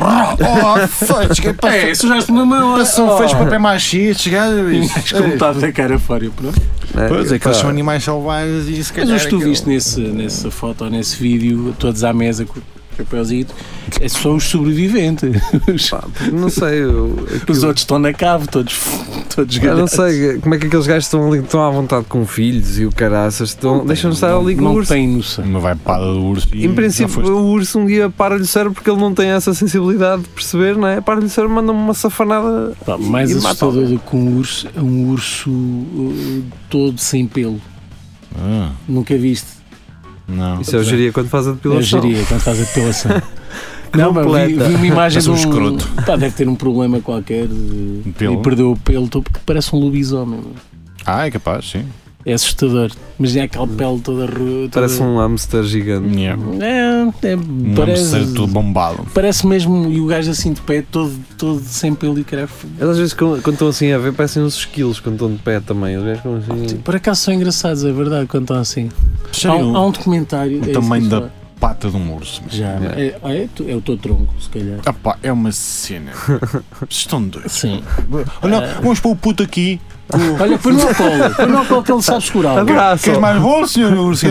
Sujaste uma mão. Passam feios papel machista. Com metade da cara fora. Pois é, que eles são animais selvagens e se calhar. Mas tu viste nessa foto ou nesse vídeo, todos à mesa com o chapéuzinho, é só os sobreviventes. Não sei. Os outros estão na cave, todos galhados. Eu não sei como é que aqueles gajos estão ali, estão à vontade com filhos e o caraças, deixam-nos estar ali com o urso. Não tem noção. Uma vai para do urso. Em princípio, o urso um dia para-lhe o cérebro porque ele não tem essa sensibilidade de perceber, não é? Para-lhe o cérebro, manda-me uma safanada. Mais assustador do que um urso é um urso todo sem pelo. Nunca viste? Não. Isso é o geria quando faz a depilação. É o geria quando faz a depilação. Não, mas vi uma imagem de um escroto. Deve ter um problema qualquer e perdeu o pelo todo porque parece um lobisomem. É capaz, sim. É assustador. Mas é aquela pele toda. Parece um hamster gigante. Parece tudo bombado. Parece mesmo. E o gajo assim de pé, todo sem pelo e caralho. Eles às vezes quando estão assim a ver, parecem uns esquilos quando estão de pé também. Eles assim. Por acaso são engraçados, é verdade, quando estão assim. Há um documentário. O tamanho da pata de um urso. Já, é o teu tronco, se calhar. É uma cena. Estão doidos. Sim. Olha, vamos pôr o puto aqui. Olha, põe no colo que ele sabe segurar. Queres mais bolo, senhor urso?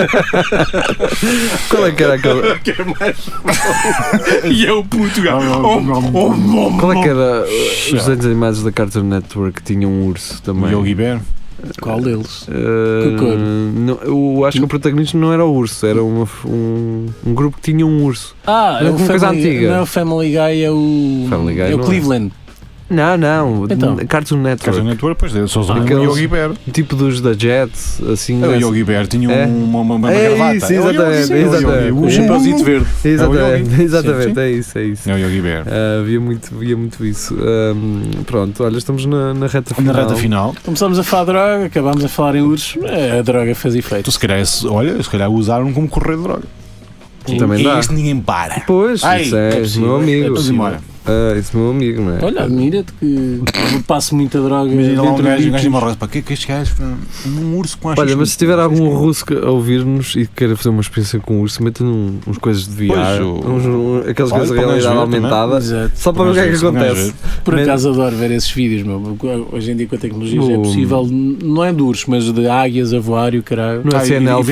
Qual é que era aquele? Quer mais bolo? E é o puto gajo. Qual é que era os desenhos animados da Cartoon Network que tinham um urso também? Yogi Bear? Qual deles? Que cor? Eu acho que o protagonista não era o urso, era um grupo que tinha um urso. É uma coisa antiga. Não é o Family Guy, é o Cleveland. Não. Então. Cartoon Network. Cartoon Network, pois é, só o Yogi Bear. Tipo dos da Jet, assim. O Yogi Bear tinha uma gravata. Isso, exatamente. O chapéuzito verde. Exatamente, é isso. É o Yogi Bear. Via muito isso. Pronto, olha, estamos na reta final. Na reta final. Começamos a falar de droga, acabámos a falar em ursos, a droga fez efeito. Tu se calhar usaram como correr de droga. Também dá. Isto ninguém para. Pois, isso é meu amigo. Isso é meu amigo, não é? Olha, admira-te que eu passo muita droga. Imagina lá um gajo morre. Para que este gajo? Um urso com a Olha, mas se tiver algum russo a ouvir-nos e queira fazer uma experiência com um urso, meta uns coisas de VR, aquelas coisas de realidade aumentada, só para ver o que é que acontece. Por acaso adoro ver esses vídeos, meu. Hoje em dia com a tecnologia já é possível, não é de ursos, mas de águias a voar e o caralho. No SNL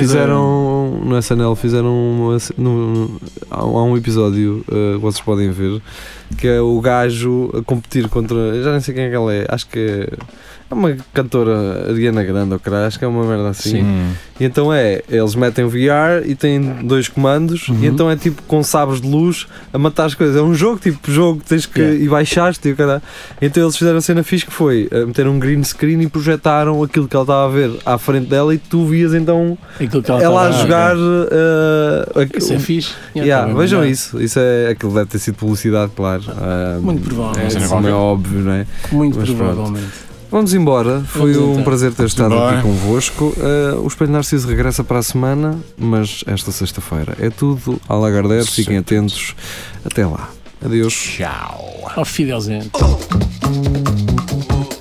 fizeram há um episódio que vocês podem ver, que é o gajo a competir contra, já nem sei quem é que ela é, acho que é uma cantora Ariana Grande ou caralho, acho que é uma merda assim. Sim. E então eles metem o VR e têm 2 comandos, e então é tipo com sabres de luz a matar as coisas. É um jogo, tens que e baixaste e o caralho. Então eles fizeram a cena fixe que foi meter um green screen e projetaram aquilo que ela estava a ver à frente dela e tu vias então ela a jogar. Isso é fixe. Vejam isso é aquilo deve ter sido publicidade, claro. Muito provavelmente. É óbvio, não é? Muito provavelmente. Vamos embora, foi um prazer ter estado aqui convosco. O Espelho Narciso regressa para a semana, mas esta sexta-feira é tudo à Lagardère, fiquem atentos. Até lá. Adeus. Tchau. Auf Wiedersehen.